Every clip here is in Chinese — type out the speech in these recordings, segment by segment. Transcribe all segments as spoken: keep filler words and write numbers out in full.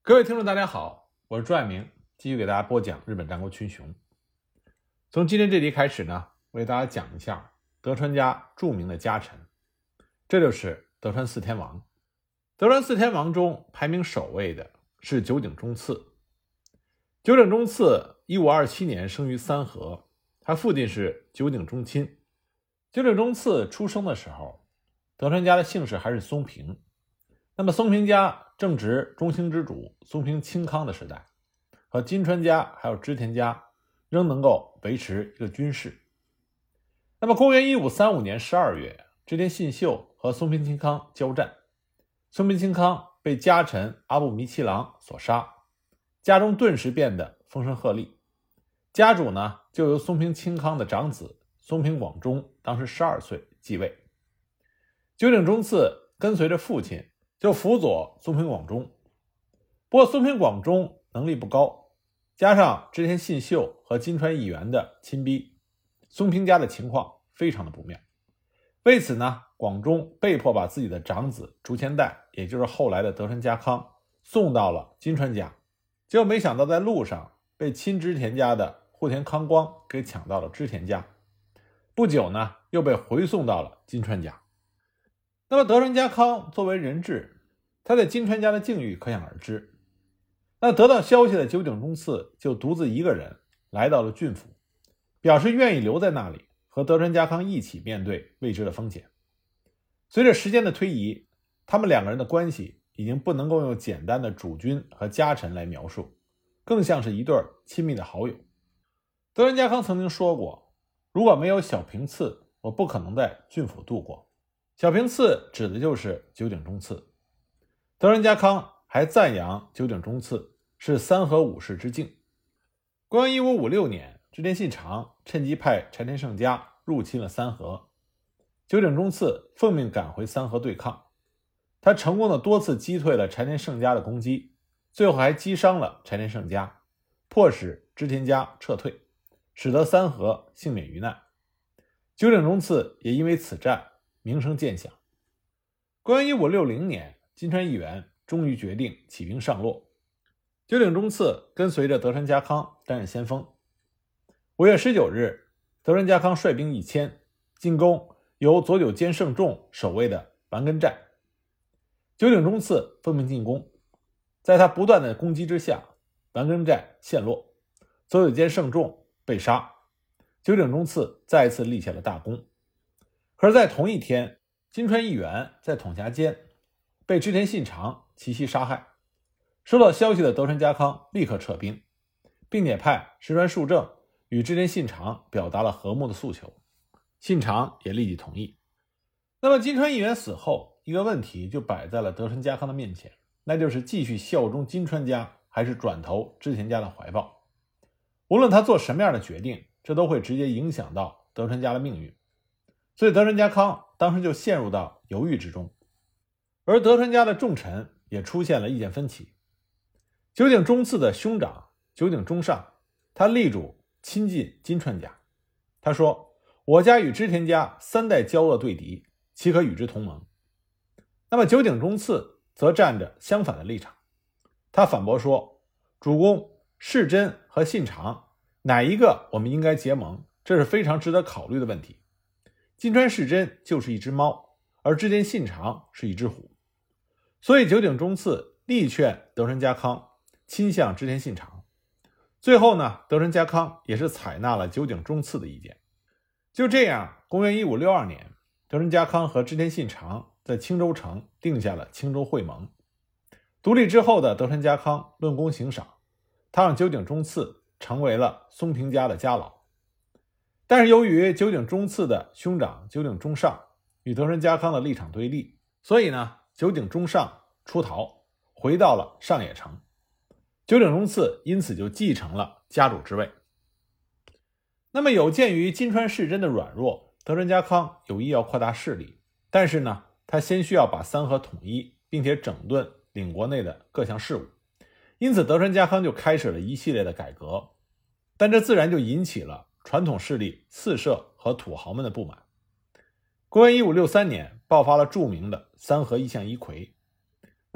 各位听众大家好，我是朱爱明，继续给大家播讲日本战国群雄。从今天这集开始呢，为大家讲一下德川家著名的家臣，这就是德川四天王。德川四天王中排名首位的是酒井忠次。酒井忠次一五二七年生于三河，他父亲是酒井忠亲。酒井忠次出生的时候，德川家的姓氏还是松平。那么松平家正值中兴之主松平清康的时代，和金川家还有织田家仍能够维持一个军事。那么公元一五三五年十二月，织田信秀和松平清康交战，松平清康被家臣阿部弥七郎所杀，家中顿时变得风声鹤唳。家主呢，就由松平清康的长子松平广忠当时十二岁继位。酒井忠次跟随着父亲就辅佐松平广忠。不过松平广忠能力不高，加上织田信秀和金川义元的亲逼，松平家的情况非常的不妙。为此呢，广忠被迫把自己的长子竹前代，也就是后来的德川家康，送到了金川家。结果没想到在路上被亲织田家的户田康光给抢到了织田家，不久呢又被回送到了金川家。那么德川家康作为人质，他在金川家的境遇可想而知。那得到消息的酒井忠次就独自一个人来到了郡府，表示愿意留在那里和德川家康一起面对未知的风险。随着时间的推移，他们两个人的关系已经不能够用简单的主君和家臣来描述，更像是一对亲密的好友。德川家康曾经说过，如果没有小平次，我不可能在郡府度过。小平次指的就是酒井忠次。德川家康还赞扬酒井忠次是三河武士之境。公元一五五六年，织田信长趁机派柴田胜家入侵了三河，酒井忠次奉命赶回三河对抗。他成功的多次击退了柴田胜家的攻击，最后还击伤了柴田胜家，迫使织田家撤退，使得三河幸免于难。酒井忠次也因为此战名声渐响。公元一五六零年，金川义元终于决定起兵上洛，酒井忠次跟随着德川家康担任先锋。五月十九日，德川家康率兵一千进攻由佐久间胜重守卫的丸根寨。酒井忠次奉命进攻，在他不断的攻击之下，丸根寨陷落，佐久间胜重被杀，酒井忠次再次立下了大功。可是在同一天，金川义元在统辖间被织田信长奇袭杀害。收到消息的德川家康立刻撤兵，并且派石川树正与织田信长表达了和睦的诉求，信长也立即同意。那么金川义元死后，一个问题就摆在了德川家康的面前，那就是继续效忠金川家还是转投织田家的怀抱。无论他做什么样的决定，这都会直接影响到德川家的命运。所以德川家康当时就陷入到犹豫之中，而德川家的重臣也出现了意见分歧。酒井忠次的兄长酒井忠尚，他力主亲近金川家，他说，我家与织田家三代交恶对敌，岂可与之同盟？那么酒井忠次则站着相反的立场，他反驳说，主公世真和信长哪一个我们应该结盟，这是非常值得考虑的问题。金川世真就是一只猫，而织田信长是一只虎。所以酒井忠次力劝德川家康亲向织田信长。最后呢，德川家康也是采纳了酒井忠次的意见。就这样，公元一五六二年，德川家康和织田信长在青州城定下了青州会盟。独立之后的德川家康论功行赏，他让酒井忠次成为了松平家的家老。但是由于酒井忠次的兄长酒井忠尚与德川家康的立场对立，所以呢，酒井忠尚出逃，回到了上野城。酒井忠次因此就继承了家主之位。那么有鉴于金川世真的软弱，德川家康有意要扩大势力，但是呢，他先需要把三河统一，并且整顿领国内的各项事务。因此德川家康就开始了一系列的改革，但这自然就引起了传统势力四社和土豪们的不满。公元一五六三年爆发了著名的三河一向一揆。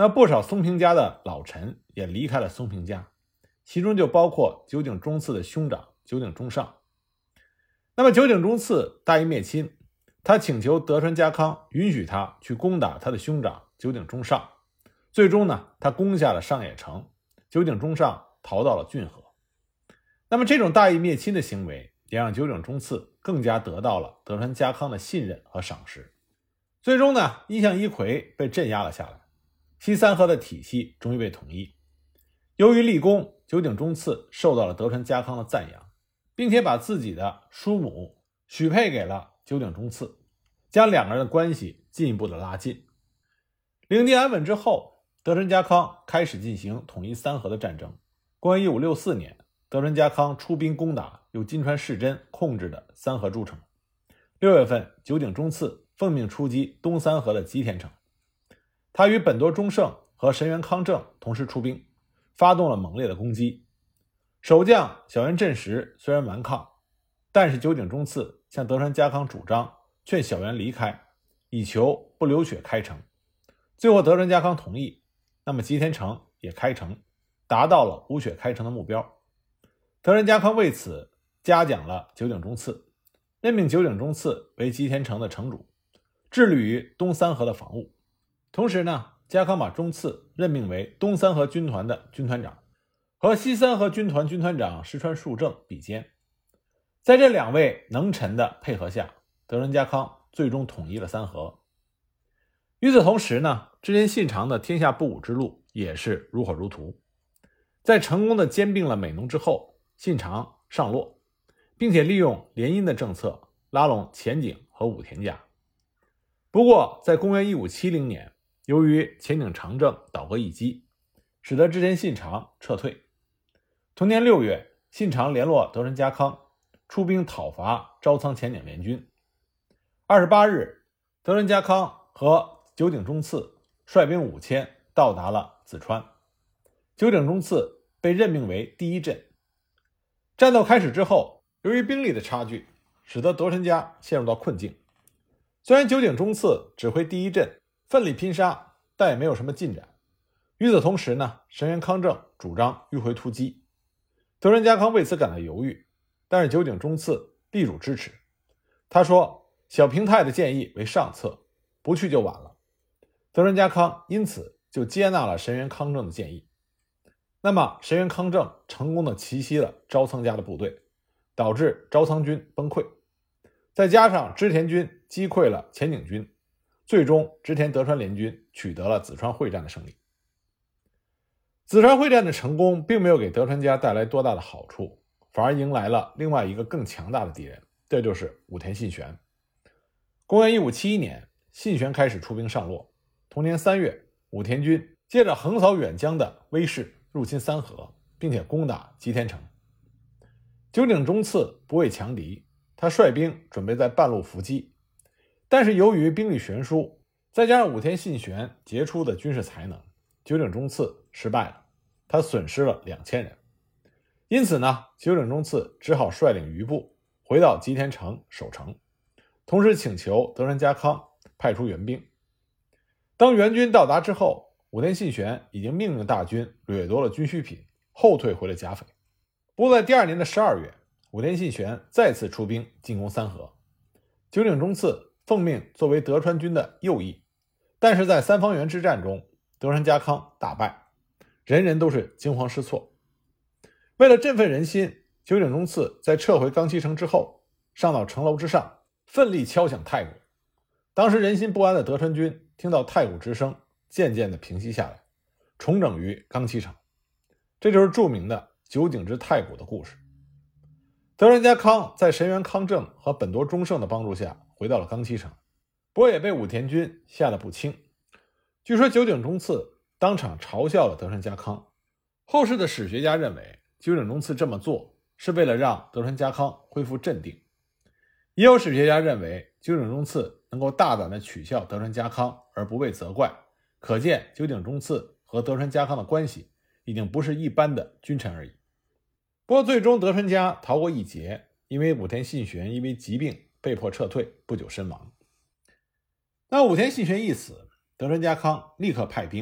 那不少松平家的老臣也离开了松平家，其中就包括酒井忠次的兄长酒井忠上。那么酒井忠次大义灭亲，他请求德川家康允许他去攻打他的兄长酒井忠上，最终呢，他攻下了上野城，酒井忠上逃到了骏河。那么这种大义灭亲的行为也让酒井忠次更加得到了德川家康的信任和赏识。最终呢，伊向一揆被镇压了下来，西三河的体系终于被统一。由于立功，酒井忠次受到了德川家康的赞扬，并且把自己的叔母许配给了酒井忠次，将两个人的关系进一步的拉近。领地安稳之后，德川家康开始进行统一三河的战争。公元一五六四年，德川家康出兵攻打由金川世真控制的三河诸城。六月份，酒井忠次奉命出击东三河的吉田城，他与本多忠胜和神原康正同时出兵，发动了猛烈的攻击。守将小原振时虽然顽抗，但是酒井忠次向德川家康主张劝小原离开，以求不流血开城。最后德川家康同意，那么吉田城也开城，达到了无血开城的目标。德川家康为此嘉奖了酒井忠次，任命酒井忠次为吉田城的城主，致力于东三河的防务。同时呢，家康把忠次任命为东三河军团的军团长，和西三河军团军团长石川树正比肩。在这两位能臣的配合下，德川家康最终统一了三河。与此同时呢，织田信长的天下布武之路也是如火如荼。在成功的兼并了美浓之后，信长上洛，并且利用联姻的政策拉拢前景和武田家。不过在公元一五七零年，由于前景长政倒戈一击，使得织田信长撤退。同年六月，信长联络德川家康，出兵讨伐朝仓前景联军。二十八日，德川家康和酒井忠次率兵五千到达了梓川，酒井忠次被任命为第一镇。战斗开始之后，由于兵力的差距，使得德川家陷入到困境。虽然酒井忠次指挥第一镇奋力拼杀，但也没有什么进展。与此同时呢，神原康正主张迂回突击，德川家康为此感到犹豫，但是酒井忠次力主支持。他说小平太的建议为上策，不去就晚了。德川家康因此就接纳了神原康正的建议。那么神原康正成功的奇袭了朝仓家的部队，导致朝仓军崩溃，再加上织田军击溃了前景军，最终织田德川联军取得了梓川会战的胜利。梓川会战的成功并没有给德川家带来多大的好处，反而迎来了另外一个更强大的敌人，这就是武田信玄。公元一五七一年，信玄开始出兵上洛。同年三月，武田军借着横扫远江的威势入侵三河，并且攻打吉田城。酒井忠次不畏强敌，他率兵准备在半路伏击，但是由于兵力悬殊，再加上武田信玄杰出的军事才能，酒井忠次失败了，他损失了两千人。因此呢，酒井忠次只好率领余部回到吉田城守城，同时请求德川家康派出援兵。当援军到达之后，武田信玄已经命令大军掠夺了军需品，后退回了甲斐。不过在第二年的十二月，武田信玄再次出兵进攻三河，酒井忠次奉命作为德川军的右翼，但是在三方原之战中，德川家康大败，人人都是惊慌失措。为了振奋人心，酒井忠次在撤回冈崎城之后，上到城楼之上，奋力敲响太鼓。当时人心不安的德川军听到太鼓之声，渐渐地平息下来，重整于冈崎城。这就是著名的酒井之太鼓的故事。德川家康在神原康正和本多忠胜的帮助下回到了冈崎城，不过也被武田军吓得不轻。据说酒井忠次当场嘲笑了德川家康。后世的史学家认为酒井忠次这么做是为了让德川家康恢复镇定。也有史学家认为酒井忠次能够大胆地取笑德川家康而不被责怪，可见酒井忠次和德川家康的关系已经不是一般的君臣而已。不过最终德川家逃过一劫，因为武田信玄因为疾病被迫撤退，不久身亡。那武田信玄一死，德川家康立刻派兵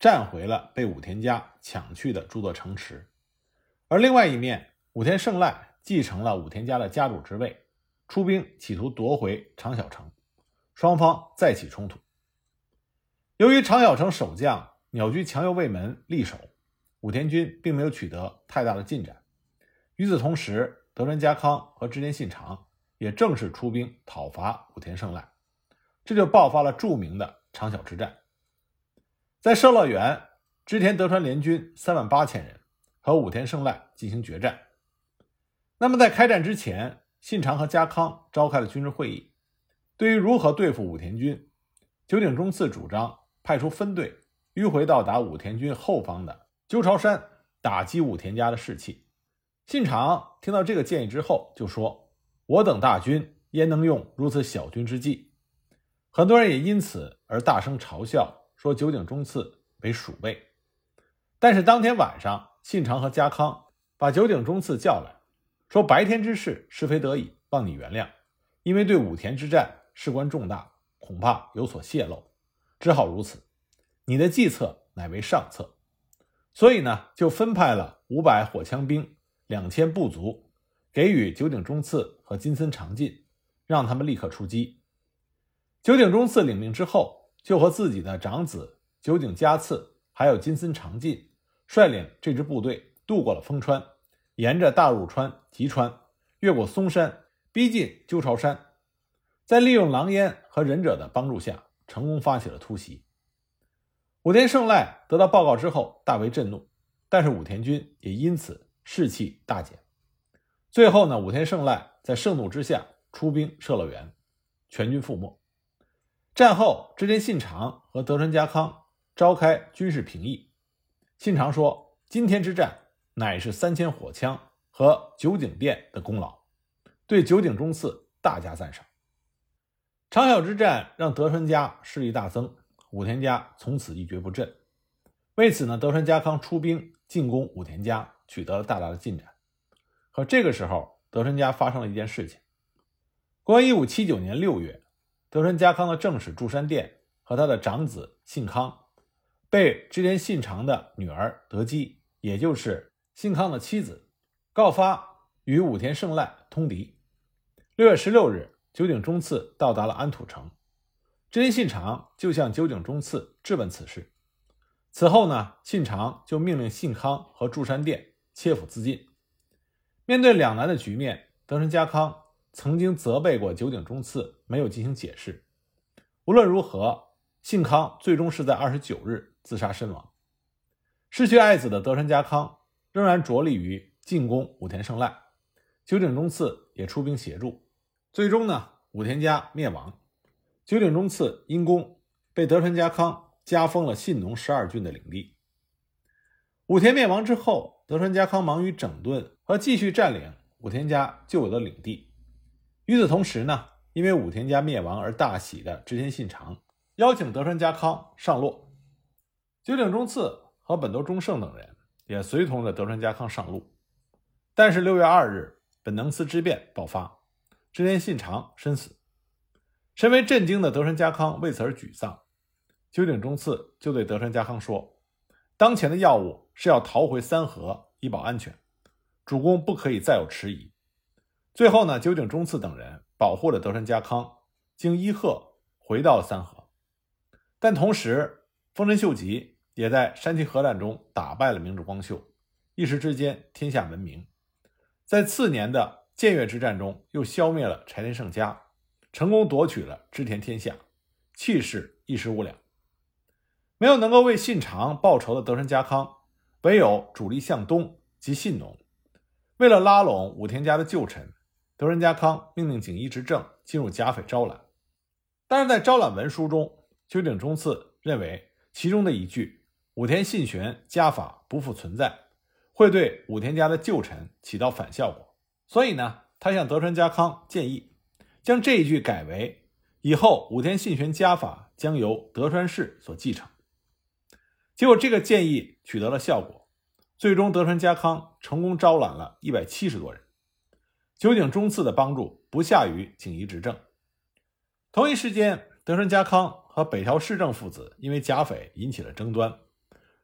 占回了被武田家抢去的诸座城池，而另外一面，武田胜赖继承了武田家的家主之位，出兵企图夺回长小城，双方再起冲突。由于长小城守将鸟居强右卫门力守，武田军并没有取得太大的进展。与此同时，德川家康和织田信长也正式出兵讨伐武田胜赖，这就爆发了著名的长小之战。在社乐园，织田德川联军三万八千人和武田胜赖进行决战。那么在开战之前，信长和家康召开了军事会议，对于如何对付武田军，酒井忠次主张派出分队迂回到达武田军后方的鸠巢山，打击武田家的士气。信长听到这个建议之后就说，我等大军焉能用如此小军之计。很多人也因此而大声嘲笑，说酒井忠次为鼠辈。但是当天晚上，信长和家康把酒井忠次叫来，说白天之事是非得已，望你原谅，因为对武田之战事关重大，恐怕有所泄露，只好如此。你的计策乃为上策，所以呢，就分派了五百火枪兵、两千步卒，给予酒井忠次和金森长进，让他们立刻出击。酒井忠次领命之后，就和自己的长子酒井家次还有金森长进率领这支部队渡过了丰川，沿着大入川、吉川，越过松山，逼近鸠巢山，在利用狼烟和忍者的帮助下，成功发起了突袭。武田胜赖得到报告之后大为震怒，但是武田军也因此士气大减。最后呢，武田胜赖在盛怒之下出兵社乐园，全军覆没。战后，织田信长和德川家康召开军事评议。信长说，今天之战乃是三千火枪和酒井殿的功劳，对酒井忠次大加赞赏。长小之战让德川家势力大增，武田家从此一蹶不振。为此呢，德川家康出兵进攻武田家，取得了大大的进展。可这个时候，德川家发生了一件事情。公元一五七九年六月，德川家康的正室筑山殿和他的长子信康被织田信长的女儿德基，也就是信康的妻子，告发与武田胜赖通敌。六月十六日，酒井忠次到达了安土城，织田信长就向酒井忠次质问此事。此后呢，信长就命令信康和筑山殿切腹自尽。面对两难的局面，德川家康曾经责备过酒井忠次没有进行解释。无论如何，信康最终是在二十九日自杀身亡。失去爱子的德川家康仍然着力于进攻武田胜赖，酒井忠次也出兵协助。最终呢，武田家灭亡，酒井忠次因功被德川家康加封了信浓十二郡的领地。武田灭亡之后，德川家康忙于整顿和继续占领武田家旧有的领地。与此同时呢，因为武田家灭亡而大喜的织田信长邀请德川家康上洛，酒井忠次和本多忠胜等人也随同着德川家康上路。但是六月二日，本能寺之变爆发，织田信长身死。身为震惊的德川家康为此而沮丧，酒井忠次就对德川家康说，当前的要务是要逃回三河以保安全，主公不可以再有迟疑。最后呢，酒井忠次等人保护了德川家康，经伊贺回到了三河。但同时，丰臣秀吉也在山崎合战中打败了明智光秀，一时之间天下闻名。在次年的建越之战中，又消灭了柴田胜家，成功夺取了织田天下，气势一时无两。没有能够为信长报仇的德川家康，唯有主力向东及信浓。为了拉拢武田家的旧臣，德川家康命令锦衣执政进入甲斐招揽。但是在招揽文书中，酒井忠次认为其中的一句武田信玄家法不复存在，会对武田家的旧臣起到反效果，所以呢，他向德川家康建议将这一句改为以后武田信玄家法将由德川氏所继承。结果这个建议取得了效果，最终德川家康成功招揽了一百七十多人。酒井忠次的帮助不下于锦衣执政。同一时间，德川家康和北条氏政父子因为甲斐引起了争端，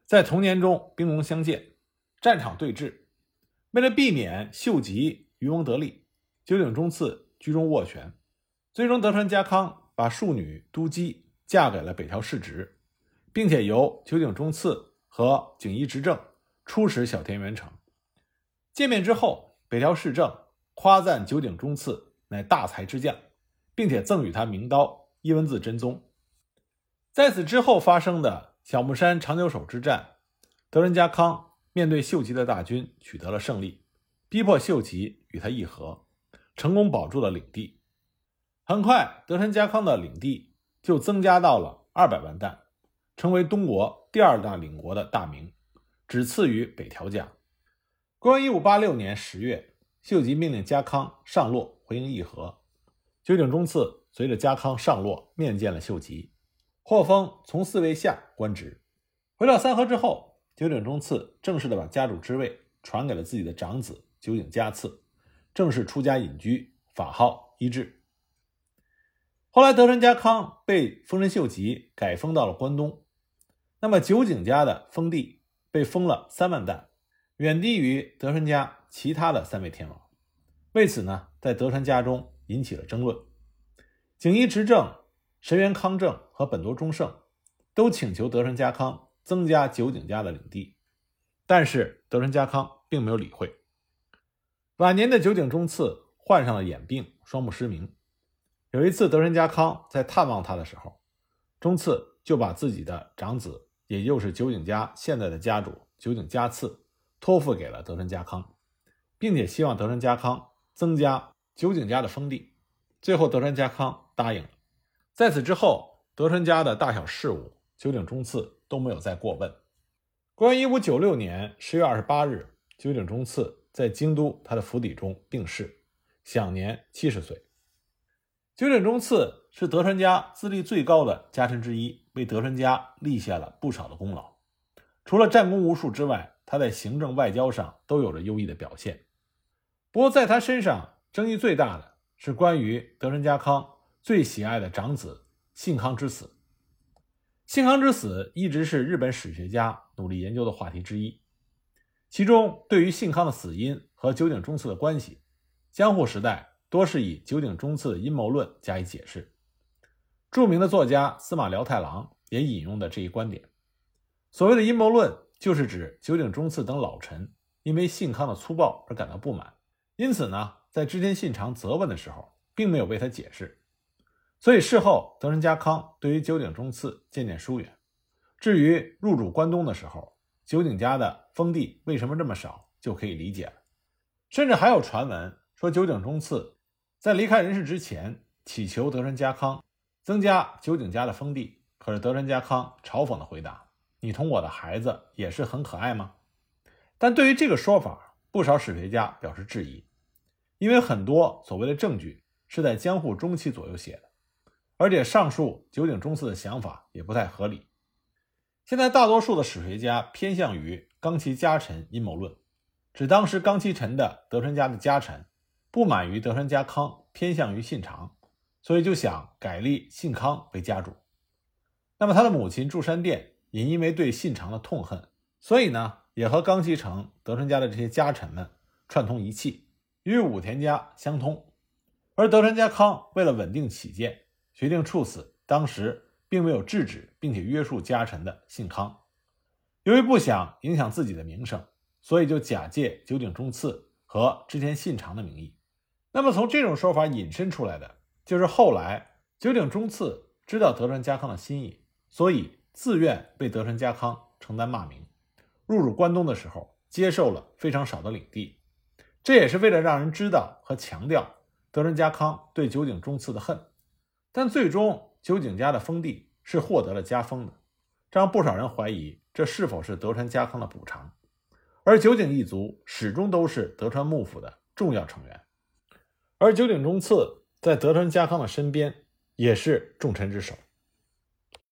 在同年中兵戎相见，战场对峙。为了避免秀吉渔翁得利，九井忠次居中斡旋，最终德川家康把庶女都姬嫁给了北条氏直，并且由九井忠次和井伊直政出使小田原城。见面之后，北条氏政夸赞九井忠次乃大才之将，并且赠予他名刀伊文字真宗。在此之后发生的小木山长久手之战，德川家康面对秀吉的大军取得了胜利，逼迫秀吉与他议和，成功保住了领地。很快，德川家康的领地就增加到了二百万担，成为东国第二大领国的大名，只次于北条家。公元一五八六年十月，秀吉命令家康上洛回应议和，九井忠次随着家康上洛面见了秀吉，获封从四位下官职。回到三河之后，九井忠次正式的把家主之位传给了自己的长子九井家次，正式出家隐居，法号一志。后来德川家康被丰臣秀吉改封到了关东，那么九井家的封地被封了三万担，远低于德川家其他的三位天王。为此呢，在德川家中引起了争论。井伊直政、神原康正和本多忠胜都请求德川家康增加九井家的领地，但是德川家康并没有理会。晚年的九井忠次患上了眼病，双目失明。有一次德川家康在探望他的时候，忠次就把自己的长子，也就是九井家现在的家主九井家次托付给了德川家康，并且希望德川家康增加九井家的封地。最后德川家康答应了。在此之后，德川家的大小事务九井忠次都没有再过问。公元一五九六年十月二十八日，九井忠次在京都他的府邸中病逝，享年七十岁。九井忠次是德川家资历最高的家臣之一，为德川家立下了不少的功劳。除了战功无数之外，他在行政外交上都有着优异的表现。不过在他身上争议最大的是关于德川家康最喜爱的长子信康之死。信康之死一直是日本史学家努力研究的话题之一，其中对于信康的死因和九井忠次的关系，江户时代多是以九井忠次的阴谋论加以解释。著名的作家司马辽太郎也引用的这一观点。所谓的阴谋论，就是指九井忠次等老臣因为信康的粗暴而感到不满，因此呢，在织田信长责问的时候，并没有为他解释。所以事后德川家康对于九井忠次渐渐疏远。至于入主关东的时候，九井家的封地为什么这么少，就可以理解了。甚至还有传闻说，九井忠次在离开人世之前祈求德川家康增加九井家的封地，可是德川家康嘲讽的回答：你同我的孩子也是很可爱吗？但对于这个说法，不少史学家表示质疑，因为很多所谓的证据是在江户中期左右写的，而且上述九井忠次的想法也不太合理。现在大多数的史学家偏向于冈崎家臣阴谋论，指当时冈崎臣的德川家的家臣不满于德川家康偏向于信长，所以就想改立信康为家主。那么他的母亲筑山殿也因为对信长的痛恨，所以呢也和冈崎城德川家的这些家臣们串通一气，与武田家相通。而德川家康为了稳定起见，决定处死当时并没有制止并且约束家臣的信康。由于不想影响自己的名声，所以就假借九井忠次和织田信长的名义。那么从这种说法引申出来的，就是后来九井忠次知道德川家康的心意，所以自愿为德川家康承担骂名，入主关东的时候接受了非常少的领地。这也是为了让人知道和强调德川家康对九井忠次的恨。但最终九井家的封地是获得了加封的，这让不少人怀疑这是否是德川家康的补偿。而九井一族始终都是德川幕府的重要成员，而九井忠次在德川家康的身边也是重臣之首。